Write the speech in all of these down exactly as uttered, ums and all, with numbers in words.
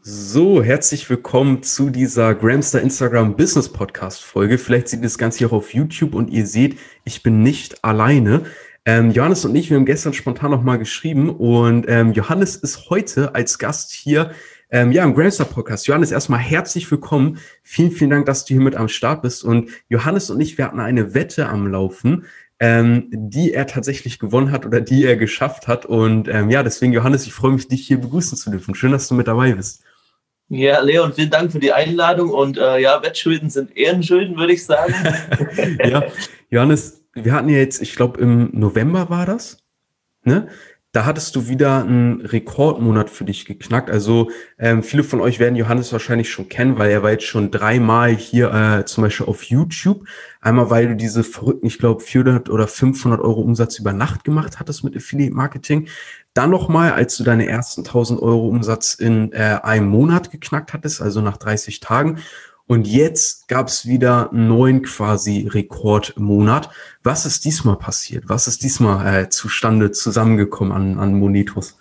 So, herzlich willkommen zu dieser Gramstar Instagram Business Podcast Folge. Vielleicht seht ihr das Ganze hier auch auf YouTube und ihr seht, ich bin nicht alleine. Ähm, Johannes und ich, wir haben gestern spontan nochmal geschrieben und ähm, Johannes ist heute als Gast hier ähm, ja, im Gramstar Podcast. Johannes, erstmal herzlich willkommen. Vielen, vielen Dank, dass du hier mit am Start bist. Und Johannes und ich, wir hatten eine Wette am Laufen, ähm, die er tatsächlich gewonnen hat oder die er geschafft hat. Und ähm, ja, deswegen, Johannes, ich freue mich, dich hier begrüßen zu dürfen. Schön, dass du mit dabei bist. Ja, Leon, vielen Dank für die Einladung und äh, ja, Wettschulden sind Ehrenschulden, würde ich sagen. Ja, Johannes, wir hatten ja jetzt, ich glaube im November war das, ne? Da hattest du wieder einen Rekordmonat für dich geknackt. Also ähm, viele von euch werden Johannes wahrscheinlich schon kennen, weil er war jetzt schon dreimal hier äh, zum Beispiel auf YouTube. Einmal, weil du diese verrückten, ich glaube, vierhundert oder fünfhundert Euro Umsatz über Nacht gemacht hattest mit Affiliate Marketing. Dann nochmal, als du deine ersten tausend Euro Umsatz in äh, einem Monat geknackt hattest, also nach dreißig Tagen. Und jetzt gab es wieder einen neuen quasi Rekordmonat. Was ist diesmal passiert? Was ist diesmal äh, zustande zusammengekommen an, an Monetos?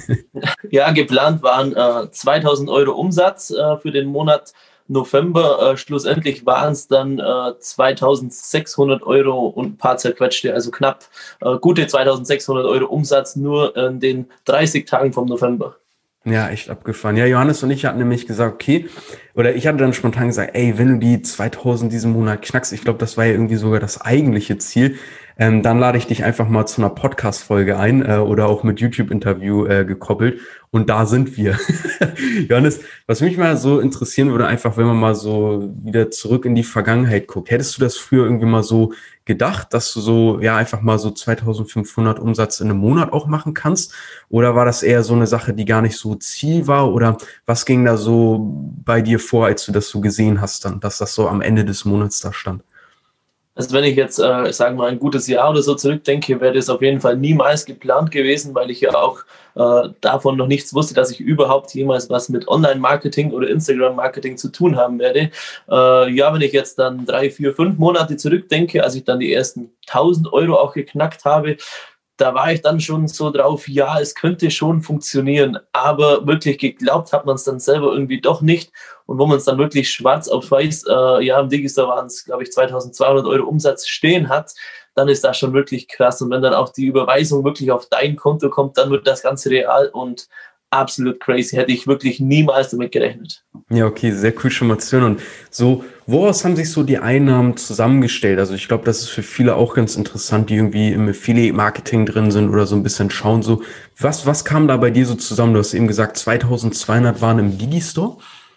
Ja, geplant waren äh, zweitausend Euro Umsatz äh, für den Monat November. Äh, schlussendlich waren es dann äh, zweitausendsechshundert Euro und ein paar zerquetschte, also knapp äh, gute zweitausendsechshundert Euro Umsatz nur in den dreißig Tagen vom November. Ja, echt abgefahren. Ja, Johannes und ich hatten nämlich gesagt, okay, oder ich hatte dann spontan gesagt, ey, wenn du die zweitausend diesen Monat knackst, ich glaube, das war ja irgendwie sogar das eigentliche Ziel, ähm, dann lade ich dich einfach mal zu einer Podcast-Folge ein äh, oder auch mit YouTube-Interview äh, gekoppelt. Und da sind wir. Johannes, was mich mal so interessieren würde, einfach, wenn man mal so wieder zurück in die Vergangenheit guckt. Hättest du das früher irgendwie mal so gedacht, dass du so, ja, einfach mal so zweitausendfünfhundert Umsatz in einem Monat auch machen kannst? Oder war das eher so eine Sache, die gar nicht so Ziel war? Oder was ging da so bei dir vor, als du das so gesehen hast dann, dass das so am Ende des Monats da stand? Also wenn ich jetzt, äh, sagen wir mal, ein gutes Jahr oder so zurückdenke, wäre das auf jeden Fall niemals geplant gewesen, weil ich ja auch äh, davon noch nichts wusste, dass ich überhaupt jemals was mit Online-Marketing oder Instagram-Marketing zu tun haben werde. Äh, ja, wenn ich jetzt dann drei, vier, fünf Monate zurückdenke, als ich dann die ersten tausend Euro auch geknackt habe, da war ich dann schon so drauf, ja, es könnte schon funktionieren, aber wirklich geglaubt hat man es dann selber irgendwie doch nicht. Und wo man es dann wirklich schwarz auf weiß, äh, ja, im Digistore waren es, glaube ich, zweitausendzweihundert Euro Umsatz stehen hat, dann ist das schon wirklich krass. Und wenn dann auch die Überweisung wirklich auf dein Konto kommt, dann wird das Ganze real und absolut crazy. Hätte ich wirklich niemals damit gerechnet. Ja, okay, sehr cool schon mal zu hören. Und so, woraus haben sich so die Einnahmen zusammengestellt? Also ich glaube, das ist für viele auch ganz interessant, die irgendwie im Affiliate-Marketing drin sind oder so ein bisschen schauen. So, was, was kam da bei dir so zusammen? Du hast eben gesagt, zweitausendzweihundert waren im Digistore.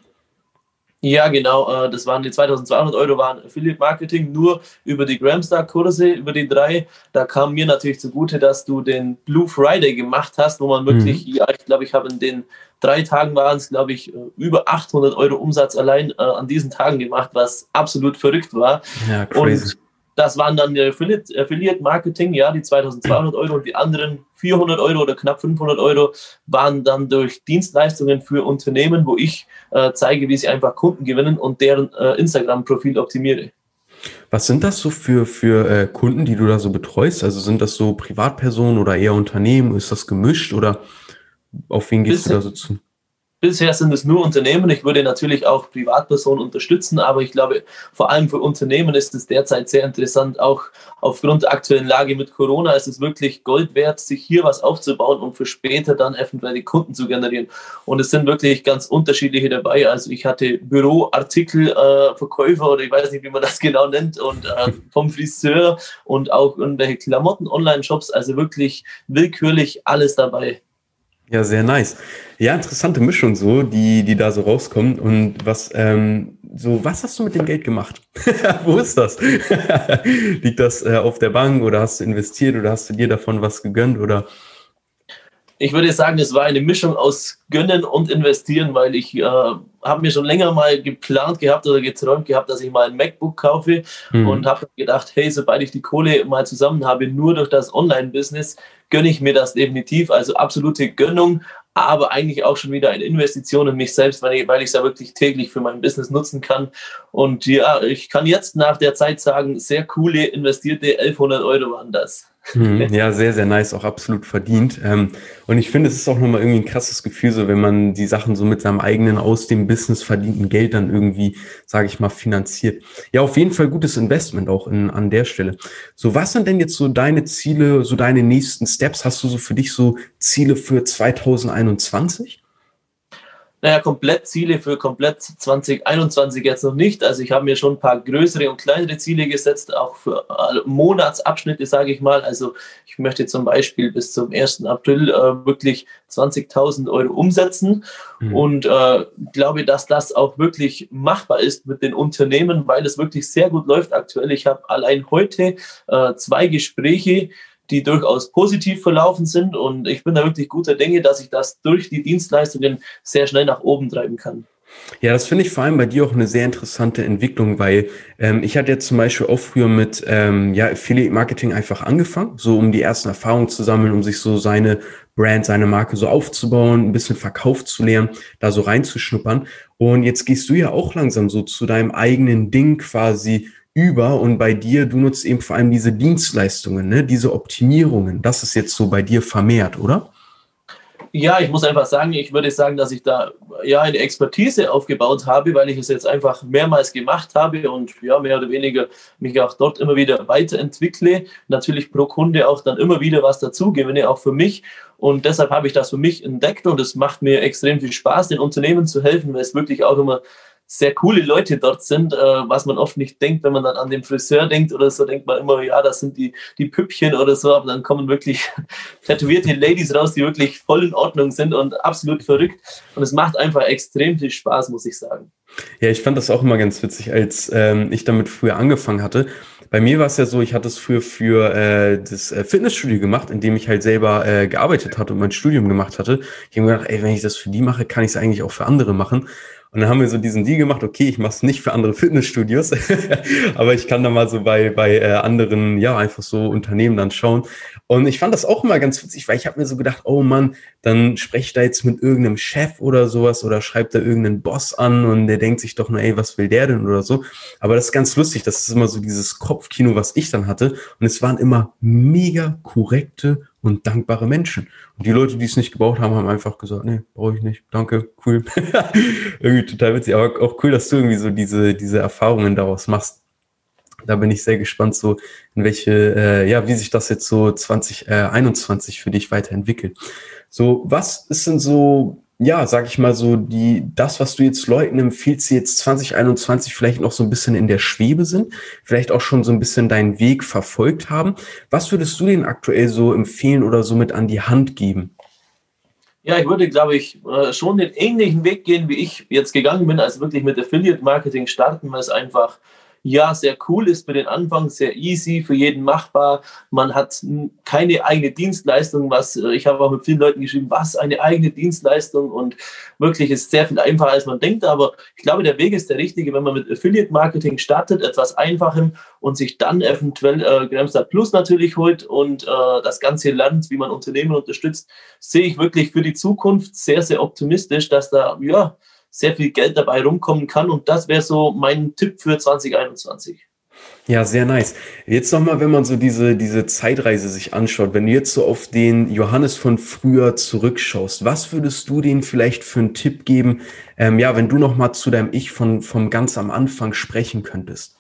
Ja, genau. Das waren die zweitausendzweihundert Euro waren Affiliate Marketing nur über die Gramstar Kurse, über die drei. Da kam mir natürlich zugute, dass du den Blue Friday gemacht hast, wo man wirklich, mhm. ja, ich glaube, ich habe in den drei Tagen waren es, glaube ich, über achthundert Euro Umsatz allein äh, an diesen Tagen gemacht, was absolut verrückt war. Ja, crazy. Und das waren dann die Affiliate, Affiliate Marketing, ja, die zweitausendzweihundert Euro und die anderen vierhundert Euro oder knapp fünfhundert Euro waren dann durch Dienstleistungen für Unternehmen, wo ich äh, zeige, wie sie einfach Kunden gewinnen und deren äh, Instagram-Profil optimiere. Was sind das so für, für äh, Kunden, die du da so betreust? Also sind das so Privatpersonen oder eher Unternehmen? Ist das gemischt oder auf wen gehst Bisher, du da so zu? Bisher sind es nur Unternehmen. Ich würde natürlich auch Privatpersonen unterstützen, aber ich glaube, vor allem für Unternehmen ist es derzeit sehr interessant. Auch aufgrund der aktuellen Lage mit Corona ist es wirklich Gold wert, sich hier was aufzubauen und für später dann eventuell die Kunden zu generieren. Und es sind wirklich ganz unterschiedliche dabei. Also ich hatte Büroartikelverkäufer äh, oder ich weiß nicht, wie man das genau nennt, und äh, vom Friseur und auch irgendwelche Klamotten-Online-Shops. Also wirklich willkürlich alles dabei. Ja, sehr nice. Ja, interessante Mischung so, die, die da so rauskommen. Und was, ähm, so, was hast du mit dem Geld gemacht? Wo ist das? Liegt das äh, auf der Bank oder hast du investiert oder hast du dir davon was gegönnt oder? Ich würde sagen, es war eine Mischung aus Gönnen und Investieren, weil ich äh, habe mir schon länger mal geplant gehabt oder geträumt gehabt, dass ich mal ein MacBook kaufe, mhm. und habe gedacht, hey, sobald ich die Kohle mal zusammen habe, nur durch das Online-Business, gönne ich mir das definitiv. Also absolute Gönnung, aber eigentlich auch schon wieder eine Investition in mich selbst, weil ich weil ich es ja wirklich täglich für mein Business nutzen kann. Und ja, ich kann jetzt nach der Zeit sagen, sehr coole investierte elfhundert Euro waren das. Mhm, ja, sehr, sehr nice, auch absolut verdient. Ähm, und ich finde, es ist auch nochmal irgendwie ein krasses Gefühl, so wenn man die Sachen so mit seinem eigenen, aus dem Business verdienten Geld dann irgendwie, sage ich mal, finanziert. Ja, auf jeden Fall gutes Investment auch in, an der Stelle. So, was sind denn jetzt so deine Ziele, so deine nächsten Steps? Hast du so für dich so Ziele für zwanzig einundzwanzig? Naja, komplett Ziele für komplett zwanzig einundzwanzig jetzt noch nicht. Also ich habe mir schon ein paar größere und kleinere Ziele gesetzt, auch für Monatsabschnitte, sage ich mal. Also ich möchte zum Beispiel bis zum ersten April äh, wirklich zwanzigtausend Euro umsetzen mhm. und äh, glaube, dass das auch wirklich machbar ist mit den Unternehmen, weil es wirklich sehr gut läuft aktuell. Ich habe allein heute äh, zwei Gespräche, die durchaus positiv verlaufen sind. Und ich bin da wirklich guter Dinge, dass ich das durch die Dienstleistungen sehr schnell nach oben treiben kann. Ja, das finde ich vor allem bei dir auch eine sehr interessante Entwicklung, weil ähm, ich hatte jetzt zum Beispiel auch früher mit ähm, ja, Affiliate-Marketing einfach angefangen, so um die ersten Erfahrungen zu sammeln, um sich so seine Brand, seine Marke so aufzubauen, ein bisschen Verkauf zu lernen, da so reinzuschnuppern. Und jetzt gehst du ja auch langsam so zu deinem eigenen Ding quasi über und bei dir, du nutzt eben vor allem diese Dienstleistungen, ne, diese Optimierungen. Das ist jetzt so bei dir vermehrt, oder? Ja, ich muss einfach sagen, ich würde sagen, dass ich da ja eine Expertise aufgebaut habe, weil ich es jetzt einfach mehrmals gemacht habe und ja, mehr oder weniger mich auch dort immer wieder weiterentwickle. Natürlich pro Kunde auch dann immer wieder was dazu gewinne, auch für mich. Und deshalb habe ich das für mich entdeckt und es macht mir extrem viel Spaß, den Unternehmen zu helfen, weil es wirklich auch immer sehr coole Leute dort sind, äh, was man oft nicht denkt, wenn man dann an den Friseur denkt oder so, denkt man immer, ja, das sind die, die Püppchen oder so, aber dann kommen wirklich tätowierte Ladies raus, die wirklich voll in Ordnung sind und absolut verrückt und es macht einfach extrem viel Spaß, muss ich sagen. Ja, ich fand das auch immer ganz witzig, als ähm, ich damit früher angefangen hatte. Bei mir war es ja so, ich hatte es früher für äh, das äh, Fitnessstudio gemacht, in dem ich halt selber äh, gearbeitet hatte und mein Studium gemacht hatte. Ich habe mir gedacht, ey, wenn ich das für die mache, kann ich es eigentlich auch für andere machen. Und dann haben wir so diesen Deal gemacht, okay, ich mache es nicht für andere Fitnessstudios, aber ich kann da mal so bei bei äh, anderen, ja, einfach so Unternehmen dann schauen. Und ich fand das auch immer ganz witzig, weil ich habe mir so gedacht, oh Mann, dann spreche ich da jetzt mit irgendeinem Chef oder sowas oder schreibt da irgendeinen Boss an und der denkt sich doch nur, ey, was will der denn oder so. Aber das ist ganz lustig, das ist immer so dieses Kopfkino, was ich dann hatte. Und es waren immer mega korrekte und dankbare Menschen. Und die Leute, die es nicht gebraucht haben, haben einfach gesagt, nee, brauche ich nicht, danke, cool. Irgendwie total witzig, aber auch cool, dass du irgendwie so diese, diese Erfahrungen daraus machst. Da bin ich sehr gespannt, so in welche, äh, ja, wie sich das jetzt so zwanzig einundzwanzig für dich weiterentwickelt. So, was ist denn so, ja, sag ich mal so, die, das, was du jetzt Leuten empfiehlst, die jetzt zwanzig einundzwanzig vielleicht noch so ein bisschen in der Schwebe sind, vielleicht auch schon so ein bisschen deinen Weg verfolgt haben. Was würdest du denen aktuell so empfehlen oder so mit an die Hand geben? Ja, ich würde, glaube ich, schon den ähnlichen Weg gehen, wie ich jetzt gegangen bin, also wirklich mit Affiliate-Marketing starten, weil es einfach ja sehr cool ist für den Anfang, sehr easy, für jeden machbar. Man hat keine eigene Dienstleistung, was ich habe auch mit vielen Leuten geschrieben, was eine eigene Dienstleistung und wirklich ist sehr viel einfacher, als man denkt. Aber ich glaube, der Weg ist der richtige, wenn man mit Affiliate-Marketing startet, etwas Einfachem und sich dann eventuell äh, Gramstart Plus natürlich holt und äh, das Ganze lernt, wie man Unternehmen unterstützt, sehe ich wirklich für die Zukunft sehr, sehr optimistisch, dass da ja sehr viel Geld dabei rumkommen kann. Und das wäre so mein Tipp für zwanzig einundzwanzig. Ja, sehr nice. Jetzt nochmal, wenn man so diese, diese Zeitreise sich anschaut, wenn du jetzt so auf den Johannes von früher zurückschaust, was würdest du denen vielleicht für einen Tipp geben, ähm, ja, wenn du nochmal zu deinem Ich von, vom ganz am Anfang sprechen könntest?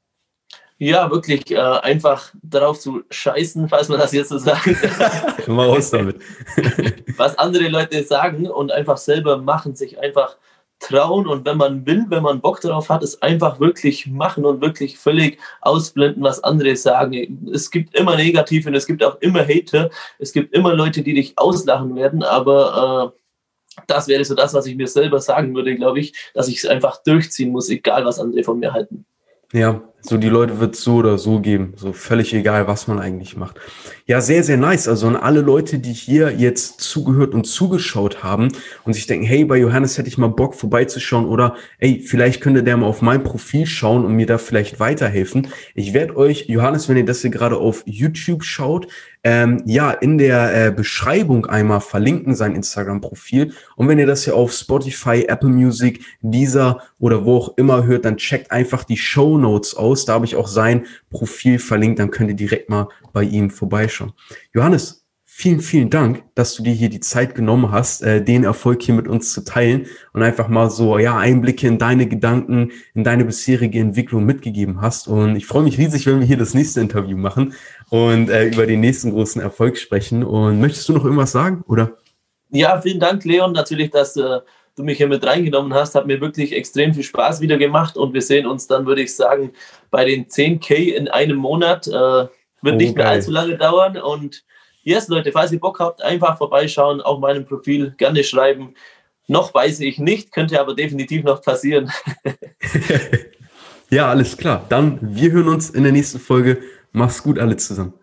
Ja, wirklich äh, einfach darauf zu scheißen, falls man das jetzt so sagt. Immer raus damit. Was andere Leute sagen und einfach selber machen, sich einfach trauen und wenn man will, wenn man Bock darauf hat, es einfach wirklich machen und wirklich völlig ausblenden, was andere sagen. Es gibt immer Negative und es gibt auch immer Hater. Es gibt immer Leute, die dich auslachen werden, aber äh, das wäre so das, was ich mir selber sagen würde, glaube ich, dass ich es einfach durchziehen muss, egal was andere von mir halten. Ja, So, die Leute wird es so oder so geben. So völlig egal, was man eigentlich macht. Ja, sehr, sehr nice. Also an alle Leute, die hier jetzt zugehört und zugeschaut haben und sich denken, hey, bei Johannes hätte ich mal Bock vorbeizuschauen oder ey, vielleicht könnte der mal auf mein Profil schauen und mir da vielleicht weiterhelfen. Ich werde euch, Johannes, wenn ihr das hier gerade auf YouTube schaut, ähm, ja, in der äh, Beschreibung einmal verlinken, sein Instagram-Profil. Und wenn ihr das hier auf Spotify, Apple Music, Deezer oder wo auch immer hört, dann checkt einfach die Shownotes aus. Da habe ich auch sein Profil verlinkt, dann könnt ihr direkt mal bei ihm vorbeischauen. Johannes, vielen, vielen Dank, dass du dir hier die Zeit genommen hast, äh, den Erfolg hier mit uns zu teilen und einfach mal so ja Einblicke in deine Gedanken, in deine bisherige Entwicklung mitgegeben hast. Und ich freue mich riesig, wenn wir hier das nächste Interview machen und äh, über den nächsten großen Erfolg sprechen. Und möchtest du noch irgendwas sagen, oder? Ja, vielen Dank, Leon, natürlich, dass äh, du mich hier mit reingenommen hast. Hat mir wirklich extrem viel Spaß wieder gemacht und wir sehen uns dann, würde ich sagen, bei den zehn K in einem Monat. Äh, wird oh, nicht mehr geil. allzu lange dauern und yes, Leute, falls ihr Bock habt, einfach vorbeischauen, auf meinem Profil gerne schreiben. Noch weiß ich nicht, könnte aber definitiv noch passieren. Ja, alles klar. Dann, wir hören uns in der nächsten Folge. Mach's gut alle zusammen.